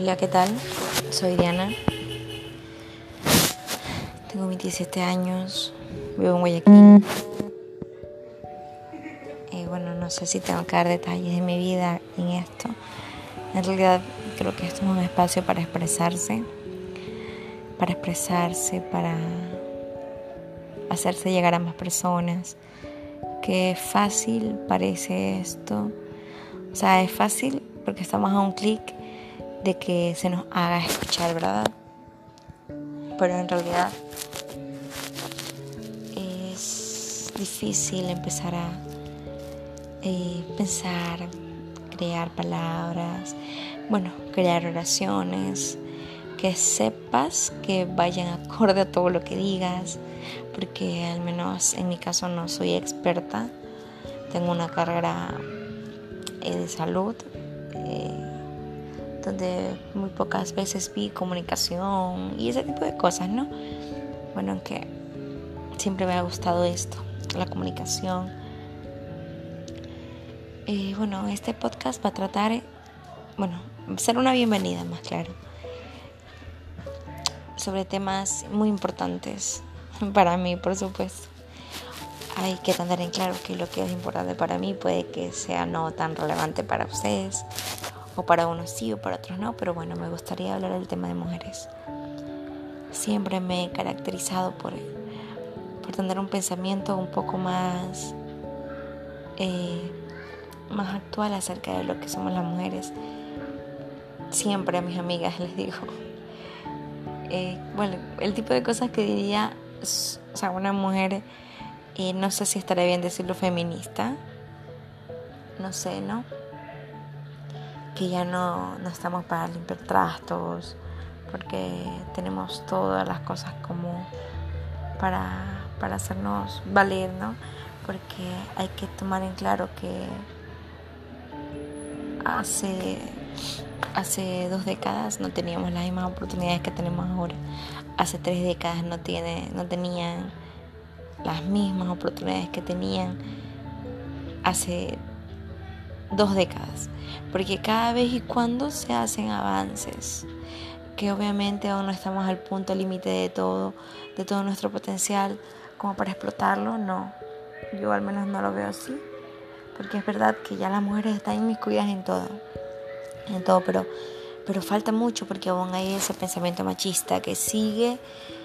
Hola, ¿qué tal? Soy Diana, tengo 27 años, vivo en Guayaquil. Bueno, no sé si tengo que dar detalles de mi vida en esto. En realidad creo que esto es un espacio para expresarse, para hacerse llegar a más personas. Qué fácil parece esto. O sea, es fácil porque estamos a un clic de que se nos haga escuchar, ¿verdad? Pero en realidad es difícil empezar a pensar, crear palabras, crear oraciones que sepas que vayan acorde a todo lo que digas, porque al menos en mi caso no soy experta, tengo una carrera de salud donde muy pocas veces vi comunicación y ese tipo de cosas, ¿no? Bueno, aunque siempre me ha gustado esto, la comunicación. Este podcast va a tratar, ser una bienvenida, más claro, sobre temas muy importantes para mí, por supuesto. Hay que tener en claro que lo que es importante para mí puede que sea no tan relevante para ustedes, o para unos sí o para otros no, pero bueno, me gustaría hablar del tema de mujeres. Siempre me he caracterizado por tener un pensamiento un poco más actual acerca de lo que somos las mujeres. Siempre a mis amigas les digo, el tipo de cosas que diría, una mujer, no sé si estaría bien decirlo feminista, no sé, ¿no? Que ya no estamos para limpiar trastos, porque tenemos todas las cosas como para hacernos valer, ¿no? Porque hay que tomar en claro que hace 2 décadas no teníamos las mismas oportunidades que tenemos ahora. Hace 3 décadas no tenían las mismas oportunidades que tenían hace 2 décadas. Porque cada vez y cuando se hacen avances, que obviamente aún no estamos al punto límite de todo nuestro potencial como para explotarlo, no. Yo al menos no lo veo así, porque es verdad que ya las mujeres están inmiscuidas en todo, pero falta mucho, porque aún hay ese pensamiento machista que sigue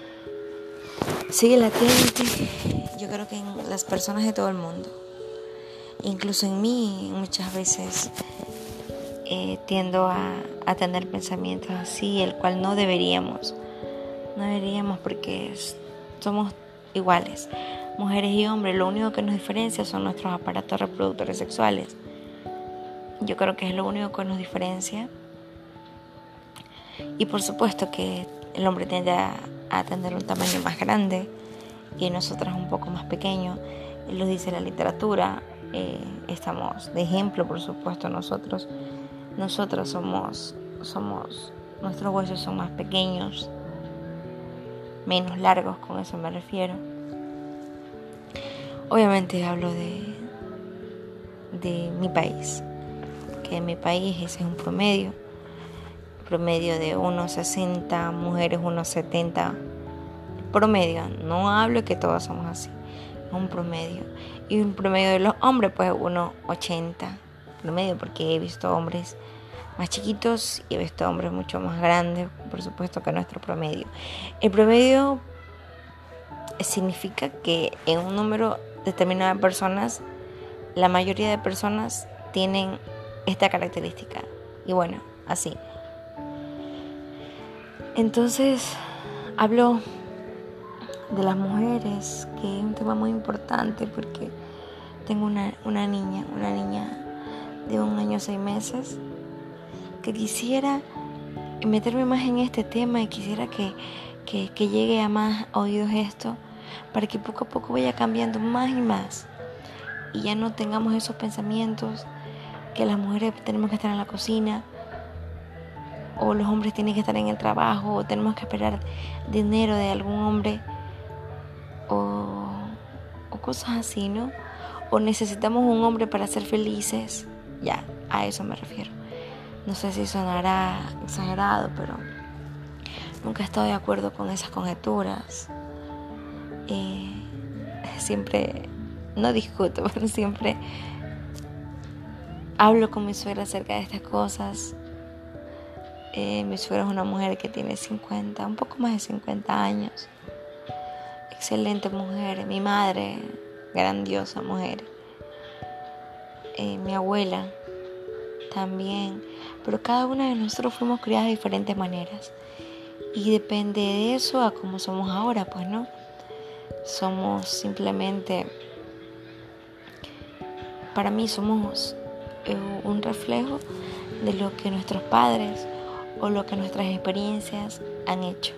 latente. Yo creo que en las personas de todo el mundo, incluso en mí, muchas veces tiendo a tener pensamientos así, el cual no deberíamos, porque somos iguales, mujeres y hombres. Lo único que nos diferencia son nuestros aparatos reproductores sexuales. Yo creo que es lo único que nos diferencia. Y por supuesto que el hombre tiende a tener un tamaño más grande y nosotras un poco más pequeño. Lo dice la literatura. Estamos de ejemplo, por supuesto. Nosotros somos, nuestros huesos son más pequeños, menos largos, con eso me refiero. Obviamente hablo de mi país, que en mi país ese es un promedio de 1,60, mujeres 1,70, promedio, no hablo que todos somos así, un promedio, y un promedio de los hombres pues 1,80, promedio, porque he visto hombres más chiquitos y he visto hombres mucho más grandes, por supuesto, que nuestro promedio. El promedio significa que en un número determinado de personas, la mayoría de personas tienen esta característica, y bueno, así. Entonces hablo de las mujeres, que es un tema muy importante, porque tengo una niña de 1 año 6 meses, que quisiera meterme más en este tema y quisiera que llegue a más oídos esto, para que poco a poco vaya cambiando más y más, y ya no tengamos esos pensamientos que las mujeres tenemos que estar en la cocina, o los hombres tienen que estar en el trabajo, o tenemos que esperar dinero de algún hombre, o cosas así, ¿no? O necesitamos un hombre para ser felices. Ya, a eso me refiero. No sé si sonará exagerado, pero nunca he estado de acuerdo con esas conjeturas. Siempre, no discuto, pero siempre hablo con mi suegra acerca de estas cosas. Mi suegra es una mujer que tiene un poco más de 50 años. Excelente mujer. Mi madre, grandiosa mujer. Mi abuela también. Pero cada una de nosotros fuimos criadas de diferentes maneras. Y depende de eso a cómo somos ahora, pues, ¿no? Somos simplemente, para mí somos un reflejo de lo que nuestros padres o lo que nuestras experiencias han hecho.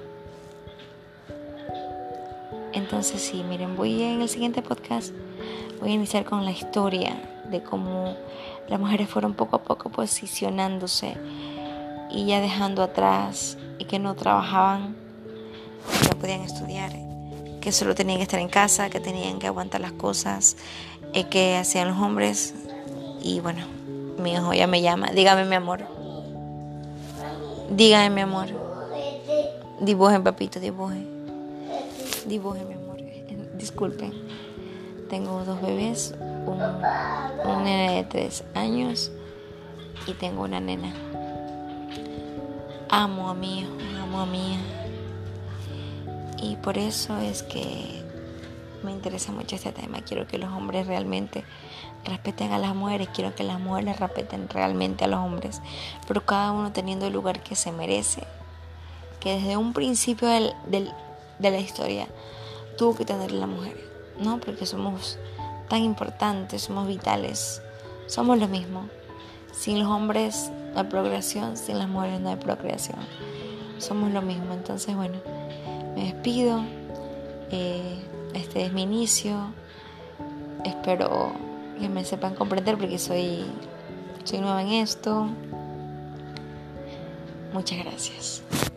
Entonces sí, miren, en el siguiente podcast voy a iniciar con la historia de cómo las mujeres fueron poco a poco posicionándose y ya dejando atrás y que no trabajaban, que no podían estudiar, que solo tenían que estar en casa, que tenían que aguantar las cosas que hacían los hombres. Y bueno, mi hijo ya me llama. Dígame, mi amor. Dígame, mi amor. Dibuje, papito, dibuje. Dibuje, mi amor. Disculpen. Tengo 2 bebés, un nene de 3 años y tengo una nena. Amo a mi hijo, amo a mi hija. Y por eso es que me interesa mucho este tema. Quiero que los hombres realmente respeten a las mujeres. Quiero que las mujeres respeten realmente a los hombres. Pero cada uno teniendo el lugar que se merece. Que desde un principio de la historia tuvo que tener la mujer. No, porque somos tan importantes, somos vitales. Somos lo mismo. Sin los hombres no hay procreación. Sin las mujeres no hay procreación. Somos lo mismo. Entonces, bueno, me despido. Este es mi inicio. Espero que me sepan comprender porque soy nueva en esto. Muchas gracias.